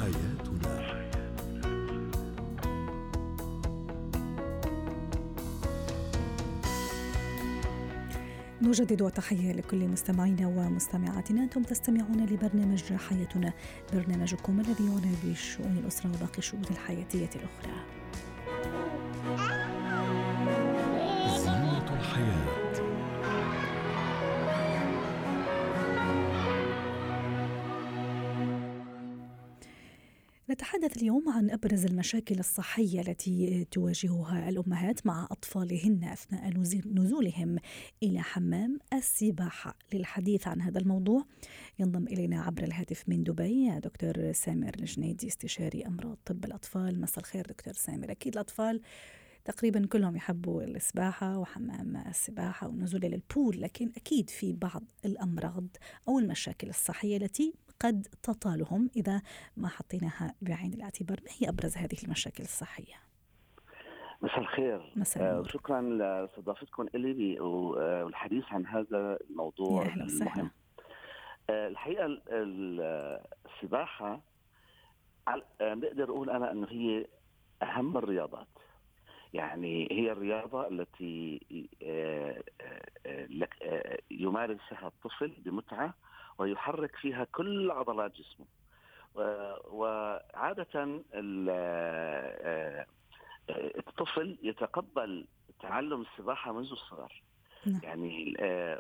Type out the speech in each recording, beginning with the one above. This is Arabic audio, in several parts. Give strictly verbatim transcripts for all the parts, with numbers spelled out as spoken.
حياتنا. نجدد تحية لكل مستمعينا ومستمعاتنا. أنتم تستمعون لبرنامج حياتنا، برنامجكم الذي يعنى بشؤون الأسرة وباقي الشؤون الحياتية الأخرى. زينة الحياة. نتحدث اليوم عن أبرز المشاكل الصحية التي تواجهها الأمهات مع أطفالهن أثناء نزولهم إلى حمام السباحة. للحديث عن هذا الموضوع ينضم إلينا عبر الهاتف من دبي دكتور سامر الجنيدي، استشاري أمراض طب الأطفال. مساء الخير دكتور سامر. أكيد الأطفال تقريبا كلهم يحبوا السباحة وحمام السباحة والنزول إلى البول، لكن أكيد في بعض الأمراض أو المشاكل الصحية التي قد تطالهم إذا ما حطيناها بعين الاعتبار. ما هي أبرز هذه المشاكل الصحية؟ مساء الخير. مساء شكرا لاستضافتكم لي والحديث عن هذا الموضوع المهم. الحقيقة السباحة نقدر أقول أنا أنه هي أهم الرياضات، يعني هي الرياضة التي يمارسها الطفل بمتعة ويحرك فيها كل عضلات جسمه، وعادة الطفل يتقبل تعلم السباحة منذ الصغر. يعني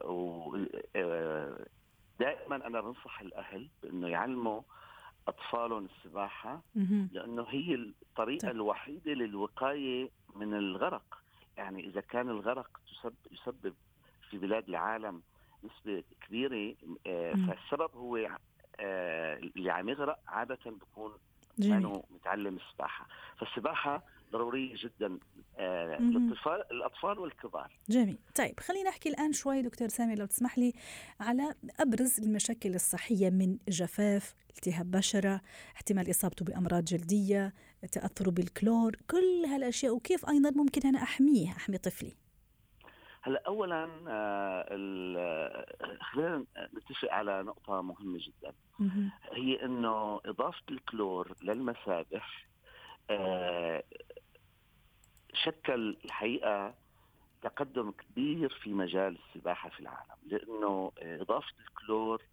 دائما أنا بنصح الأهل بأنه يعلموا أطفالهم السباحة، لأنه هي الطريقة الوحيدة للوقاية من الغرق. يعني إذا كان الغرق يسبب في بلاد العالم نسبة كبيرة، فالسبب هو اللي عم يغرق عادة بيكون كانوا متعلم السباحة. فالسباحة ضرورية جدا للأطفال الأطفال والكبار. جميل. طيب خلينا نحكي الآن شوي دكتور سامي لو تسمح لي على أبرز المشاكل الصحية من جفاف، التهاب بشرة، احتمال إصابته بأمراض جلدية، تأثره بالكلور، كل هالأشياء، وكيف أيضا ممكن أنا أحميه أحمي طفلي. هلا أولا خلينا نتفق على نقطة مهمة جدا، هي إنه إضافة الكلور للمسابح شكل الحقيقة تقدم كبير في مجال السباحة في العالم، لأنه إضافة الكلور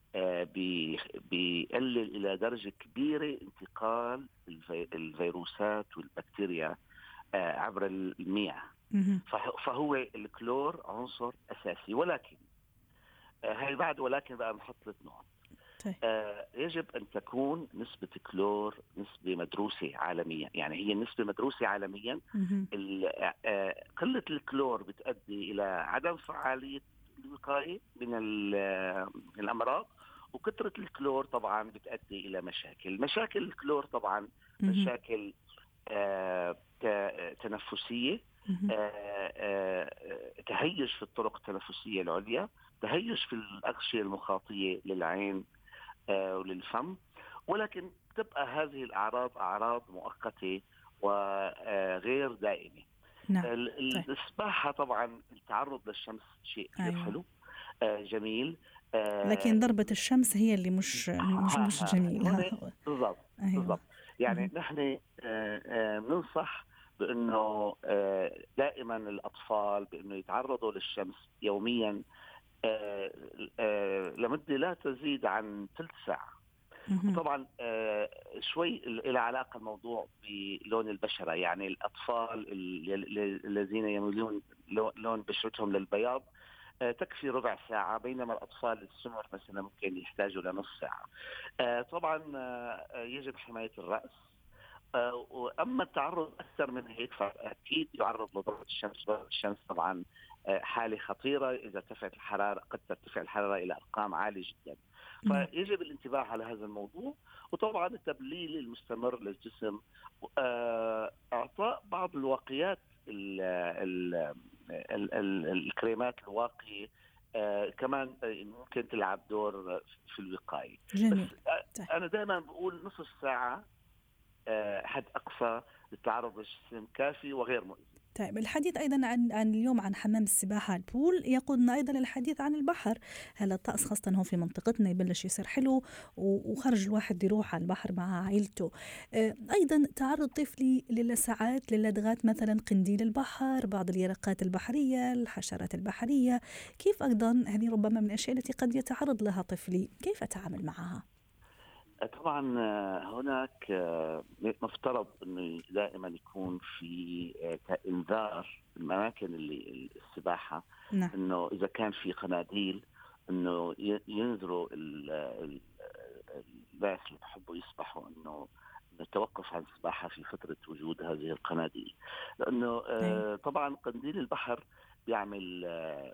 بيقلل إلى درجة كبيرة انتقال الفيروسات والبكتيريا عبر المياه. فهو الكلور عنصر أساسي، ولكن هاي بعد ولكن بقى نحط ثلاث نقط. آه يجب أن تكون نسبة كلور نسبة مدروسة عالميا، يعني هي نسبة مدروسة عالميا. آه قلة الكلور بتؤدي إلى عدم فعالية الوقاية من الأمراض، وكثرة الكلور طبعا بتؤدي إلى مشاكل مشاكل الكلور طبعا مشاكل آه تنفسية، آه آه تهيج في الطرق التنفسية العليا، تهيج في الأغشية المخاطية للعين آه وللفم، ولكن تبقى هذه الأعراض أعراض مؤقتة وغير دائمة. نعم. السباحة طبعا التعرض للشمس شيء كثير حلو آه جميل، آه لكن ضربة الشمس هي اللي مش مش مش جميلة. بالضبط بالضبط. يعني نحن بننصح بأنه دائما الأطفال بأنه يتعرضوا للشمس يوميا لمدة لا تزيد عن ثلث ساعة. طبعا شوي إلى علاقة الموضوع بلون البشرة، يعني الأطفال الذين يميلون لون بشرتهم للبياض تكفي ربع ساعة، بينما الأطفال السمر مثلا ممكن يحتاجوا لنص ساعة. طبعا يجب حماية الرأس، وأما التعرض أكثر من هيك فأكيد يعرض لضربة الشمس. ضربة الشمس طبعا حالة خطيرة، إذا ارتفعت الحرارة قد ترتفع الحرارة إلى أرقام عالية جدا، فيجب الانتباه على هذا الموضوع. وطبعا التبليل المستمر للجسم، إعطاء بعض الوقيات ال ال ال ال الكريمات الواقية آه كمان ممكن تلعب دور في الوقاية. جميل. بس أنا دائما بقول نصف ساعة آه حد أقصى للتعرض للجسم كافي وغير مؤذي. طيب الحديث أيضا عن عن اليوم عن حمام السباحة البول يقودنا أيضا الحديث عن البحر. هلا الطقس خاصة هون في منطقتنا يبلش يصير حلو وخرج الواحد يروح على البحر مع عائلته. أيضا تعرض طفلي للساعات للدغات مثلا قنديل البحر، بعض اليرقات البحرية، الحشرات البحرية، كيف أيضا هذه ربما من الأشياء التي قد يتعرض لها طفلي، كيف أتعامل معها؟ طبعا هناك مفترض انه دائما يكون في انذار الاماكن اللي السباحه، نعم. انه اذا كان في قناديل انه ينذروا الناس اللي بحبوا يسبحوا انه التوقف عن السباحه في فتره وجود هذه القناديل، لانه نعم. طبعا قنديل البحر بيعمل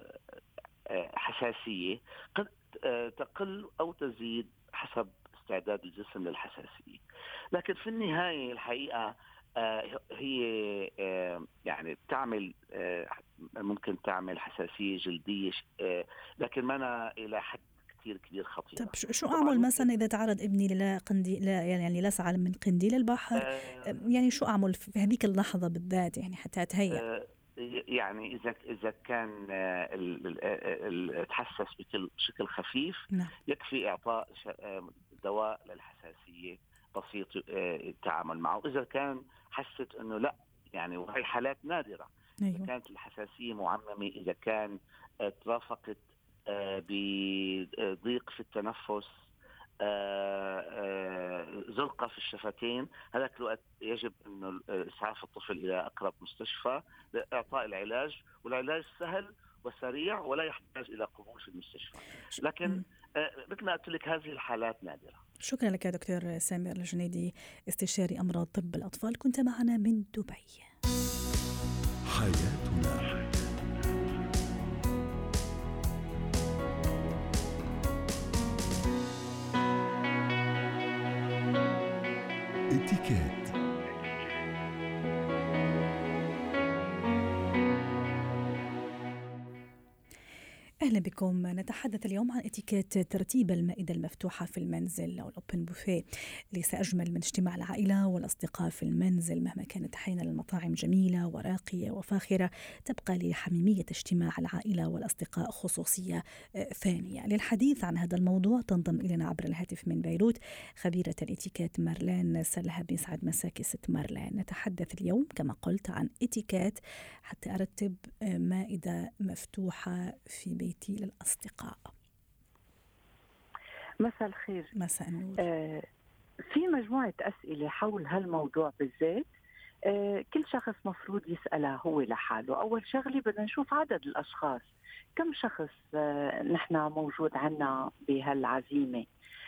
حساسيه قد تقل او تزيد حسب استعداد الجسم للحساسية. لكن في النهاية الحقيقة آه هي آه يعني تعمل آه ممكن تعمل حساسية جلدية، آه لكن ما أنا إلى حد كتير كبير خطير. طب شو أعمل مثلا إذا تعرض ابني لقنديل يعني لسعة من قنديل البحر؟ آه يعني شو أعمل في هذيك اللحظة بالذات يعني حتى أتهيأ؟ آه يعني إذا إذا كان تحسس بشكل خفيف، نعم. يكفي إعطاء دواء للحساسية بسيط التعامل معه. إذا كان حست إنه لا يعني، وهي حالات نادرة، أيوة. إذا كانت الحساسية معممة، إذا كان ترافقت بضيق في التنفس، زلقة في الشفتين، هذاك الوقت يجب أنه إسعاف الطفل إلى أقرب مستشفى لإعطاء العلاج، والعلاج سهل وسريع ولا يحتاج إلى قبول في المستشفى. لكن مثل ما قلت لك هذه الحالات نادرة. شكرا لك يا دكتور سامر الجنيدي، استشاري أمراض طب الأطفال، كنت معنا من دبي. حياتنا. اتيكيت. أهلا بكم. نتحدث اليوم عن اتيكيت ترتيب المائدة المفتوحة في المنزل أو الأوبن بوفيه. ليس أجمل من اجتماع العائلة والأصدقاء في المنزل، مهما كانت أحيانا المطاعم جميلة وراقية وفاخرة، تبقى لحميمية اجتماع العائلة والأصدقاء خصوصية ثانية. للحديث عن هذا الموضوع تنضم إلينا عبر الهاتف من بيروت خبيرة الاتيكيت مارلين سلهب. يسعد مساكي ست مارلين. نتحدث اليوم كما قلت عن اتيكيت حتى أرتب مائدة مفتوحة في بيت للأصدقاء. مساء الخير. مساء النور. آه في مجموعة أسئلة حول هالموضوع بالذات، آه كل شخص مفروض يسألها هو لحاله. أول شغلة بدنا نشوف عدد الأشخاص، كم شخص آه نحن موجود عنا بهالعزيمة،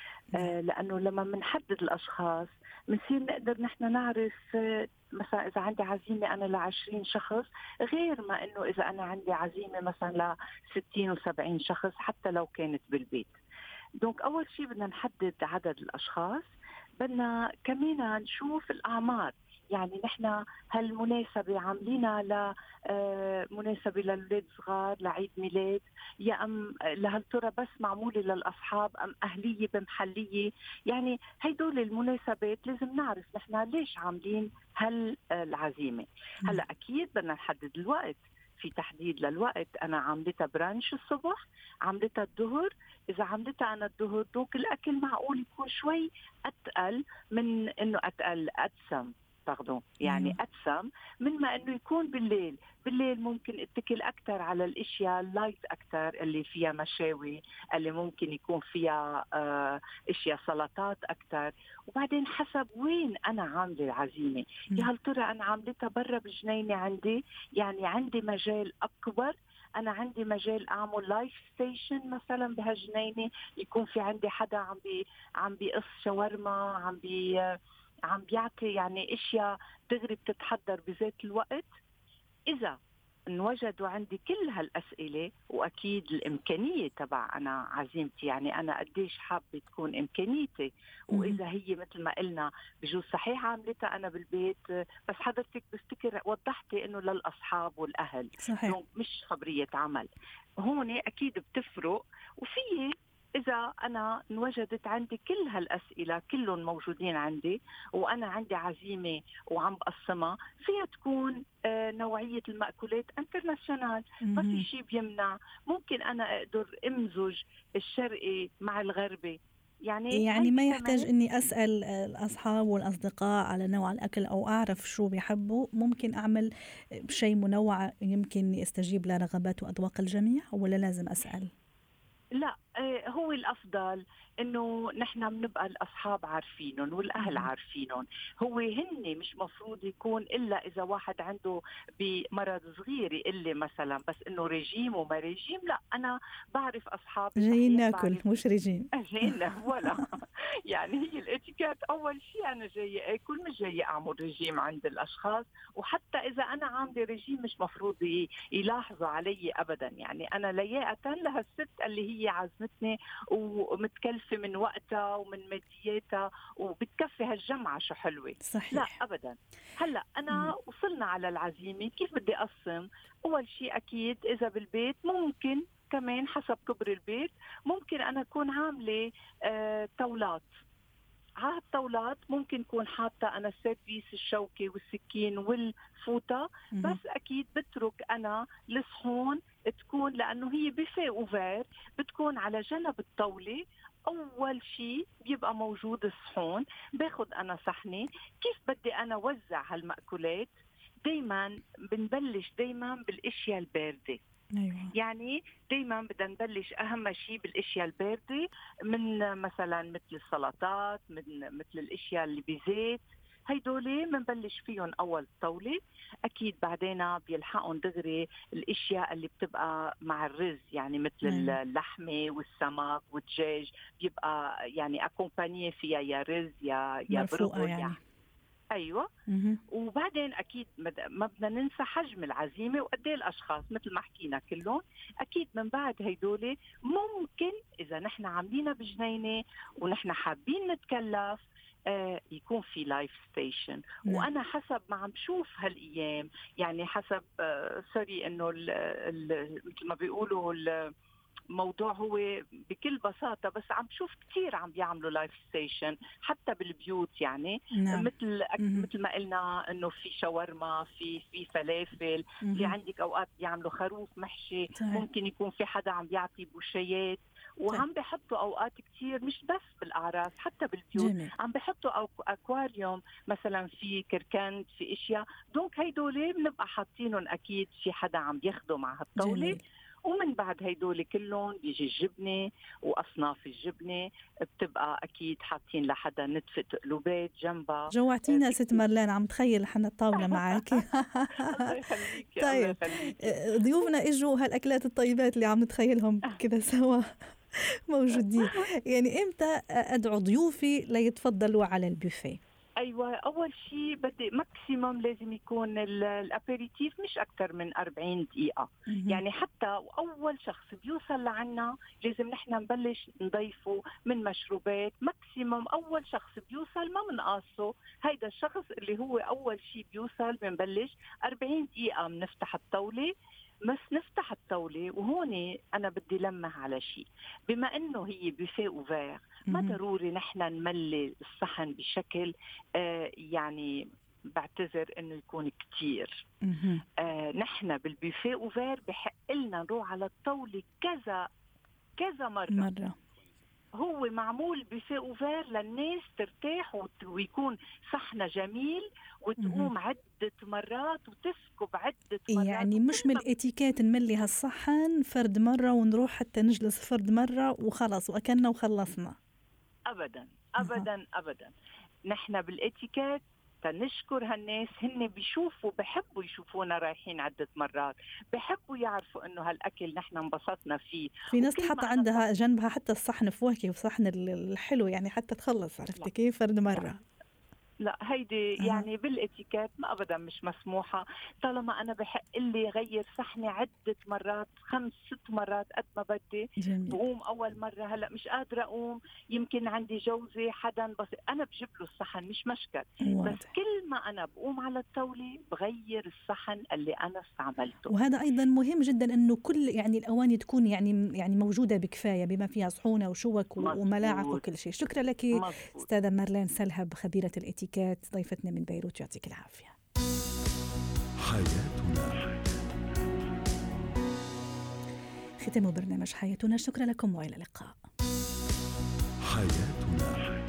آه لأنه لما منحدد الأشخاص منصير نقدر نحن نعرف آه مثلا إذا عندي عزيمة أنا لعشرين شخص غير ما إنه إذا أنا عندي عزيمة مثلا لستين وسبعين شخص حتى لو كانت بالبيت. دونك أول شيء بدنا نحدد عدد الأشخاص، بدنا كمان نشوف الأعمار، يعني نحن هالمناسبة عاملينها لمناسبة للولاد صغار لعيد ميلاد، يا أم لهالترى بس معمولة للأصحاب أم أهلية بمحلية. يعني هيدول المناسبات لازم نعرف نحن ليش عاملين هالعزيمة. هلأ أكيد بدنا نحدد الوقت، في تحديد للوقت. أنا عملتها برانش الصبح، عملتها الظهر. إذا عملتها أنا الظهر دوك الأكل معقول يكون شوي أتقل من إنه أتقل أدسم باردون يعني أدسم من ما إنه يكون بالليل. بالليل ممكن اتكل أكتر على الأشياء اللايت أكتر اللي فيها مشاوي، اللي ممكن يكون فيها آه أشياء سلطات أكتر. وبعدين حسب وين أنا عاملة العزيمة، يا هل ترى أنا عاملتها برا بالجنينة عندي، يعني عندي مجال أكبر، أنا عندي مجال أعمل لايف ستيشن مثلا بهالجنينة، يكون في عندي حدا عم بي عم بيقص شاورما، عم بي عم بيعطي يعني اشياء دغري بتتحضر بذات الوقت. اذا انوجدوا عندي كل هالاسئله، واكيد الامكانيه تبع انا عزيمتي، يعني انا قديش حابه تكون امكانيتي، واذا هي مثل ما قلنا بجوز صحيح عملتها انا بالبيت بس حضرتك بفتكر وضحتي انه للاصحاب والاهل، صحيح. مش خبريه عمل. هون اكيد بتفرق. وفي إذا أنا انوجدت عندي كل هالأسئلة كلهم موجودين عندي وأنا عندي عزيمة وعم بقسمها، فيها تكون آه نوعية المأكولات انترناسيونال، ما في شيء بيمنع. ممكن أنا أقدر أمزج الشرقي مع الغربي، يعني يعني ما يحتاج إني أسأل الأصحاب والأصدقاء على نوع الأكل أو أعرف شو بيحبوا، ممكن أعمل شيء منوع يمكن يستجيب لرغبات وأذواق الجميع، ولا لازم أسأل؟ لا، هو الأفضل إنه نحن بنبقى الأصحاب عارفينهم والأهل عارفينهم. هو هن مش مفروض يكون إلا إذا واحد عنده بمرض صغير يقول لي مثلا بس إنه رجيم وما رجيم. لا، أنا بعرف أصحابي جايين ناكل مش رجيم. جايين ولا يعني هي الاتيكيت أول شيء أنا جاي آكل، مش جاي أعمل رجيم عند الأشخاص. وحتى إذا أنا عاملة رجيم مش مفروض يلاحظوا علي أبدا. يعني أنا لياقة لهالست اللي هي عزمتني ومتكلفة من وقتها ومن مادياتها وبتكفي هالجمعة شو حلوة. صحيح. لا أبدا. هلأ أنا م. وصلنا على العزيمة، كيف بدي أقسم؟ أول شيء أكيد إذا بالبيت ممكن كمان حسب كبر البيت ممكن أنا أكون عاملة آه طاولات. على الطاولات ممكن يكون حاطة أنا السيرفيس الشوكي والسكين والفوطة، بس أكيد بترك أنا الصحون تكون، لأنه هي بوفيه أوفير، بتكون على جنب الطاولة. أول شيء بيبقى موجود الصحون، باخد أنا صحني. كيف بدي أنا وزع هالمأكولات؟ دايما بنبلش دايما بالأشياء الباردة. أيوة. يعني دايما بدنا نبلش اهم شيء بالاشياء البارده، من مثلا مثل السلطات، من مثل الاشياء اللي بزيت، هيدول بنبلش فيهم اول طاوله. اكيد بعدين بيلحقهم دغري الاشياء اللي بتبقى مع الرز، يعني مثل أيوة. اللحمه والسمك والدجاج، بيبقى يعني اكومبانيه فيها يا رز يا يا برغل يعني. ايوه. مم. وبعدين اكيد ما بدنا ننسى حجم العزيمه وقد ايه الاشخاص مثل ما حكينا كلهم. اكيد من بعد هيدول ممكن اذا نحن عاملينها بجنينه ونحن حابين نتكلف آه يكون في لايف ستيشن. وانا حسب ما عم بشوف هالايام، يعني حسب آه سوري انه مثل ما بيقولوا الموضوع هو بكل بساطة، بس عم بشوف كتير عم بيعملوا لايف ستيشن حتى بالبيوت. يعني نعم. مثل مثل ما قلنا انه في شاورما، في في فلافل، في عندك اوقات بيعملوا خروف محشي، ممكن يكون في حدا عم بيعطي بوشيات، وعم بيحطوا اوقات كتير مش بس بالاعراس حتى بالبيوت. جميل. عم بيحطوا اكواريوم مثلا في كركند، في اشياء. دونك هيدول بنبقى حاطينهم اكيد في حدا عم بياخده مع هالطاوله. ومن بعد هيدول كلهم بيجي الجبنة وأصناف الجبنة، بتبقى أكيد حاطين لحدا نتفة قلوبات جنبها. جوعتينا ست مرلان، عم تخيل حنا الطاولة معك. الله يخليك. طيب ضيوفنا إجوا هالأكلات الطيبات اللي عم نتخيلهم كده سوا موجودين. يعني إمتى أدعو ضيوفي ليتفضلوا على البوفيه؟ أيوة، أول شيء بدي ماكسيموم لازم يكون الأبيريتيف مش أكتر من أربعين دقيقة. يعني حتى أول شخص بيوصل لعنا لازم نحن نبلش نضيفه من مشروبات. ماكسيموم أول شخص بيوصل ما منقاصه، هيدا الشخص اللي هو أول شيء بيوصل بنبلش أربعين دقيقة بنفتح الطاولة. بس نفتح الطاولة وهون أنا بدي لمح على شيء، بما أنه هي بوفيه أوفير ما ضروري نحن نملي الصحن بشكل آه يعني بعتذر أنه يكون كتير. آه نحن بالبوفيه أوفير بحق لنا نروح على الطاولة كذا كذا مرة, مرة. هو معمول بوفيه أوفير للناس ترتاح ويكون صحنة جميل وتقوم عدة مرات وتسكب عدة مرات. يعني مش من الاتيكيت نملي هالصحن فرد مرة ونروح حتى نجلس فرد مرة وخلص وأكلنا وخلصنا. أبدا أبدا أه. أبدا. نحن بالاتيكيت تنشكر هالناس، هن بيشوفوا بحبوا يشوفونا رايحين عدة مرات، بحبوا يعرفوا انه هالاكل نحن انبسطنا فيه. في ناس تحط عندها جنبها حتى الصحن فواكه وصحن الحلو يعني حتى تخلص، عرفتي كيف فرد مرة. لا هيدي أه. يعني بالاتيكيت ما ابدا مش مسموحه. طالما انا بحق لي غير صحني عده مرات، خمس ست مرات قد ما بدي. جميل. بقوم اول مره هلا مش قادره اقوم، يمكن عندي جوزي حدا، بس انا بجيب له الصحن مش مشكل. واضح. بس كل ما انا بقوم على الطاوله بغير الصحن اللي انا استعملته. وهذا ايضا مهم جدا انه كل يعني الاواني تكون يعني يعني موجوده بكفايه بما فيها صحونه وشوك وملاعق وكل شيء. شكرا لك استاذه مارلين سلهب خبيره الاتيكيت ضيفتنا من بيروت، يعطيك العافيه. حياتنا. ختام برنامج حياتنا، شكرا لكم والى اللقاء. حياتنا.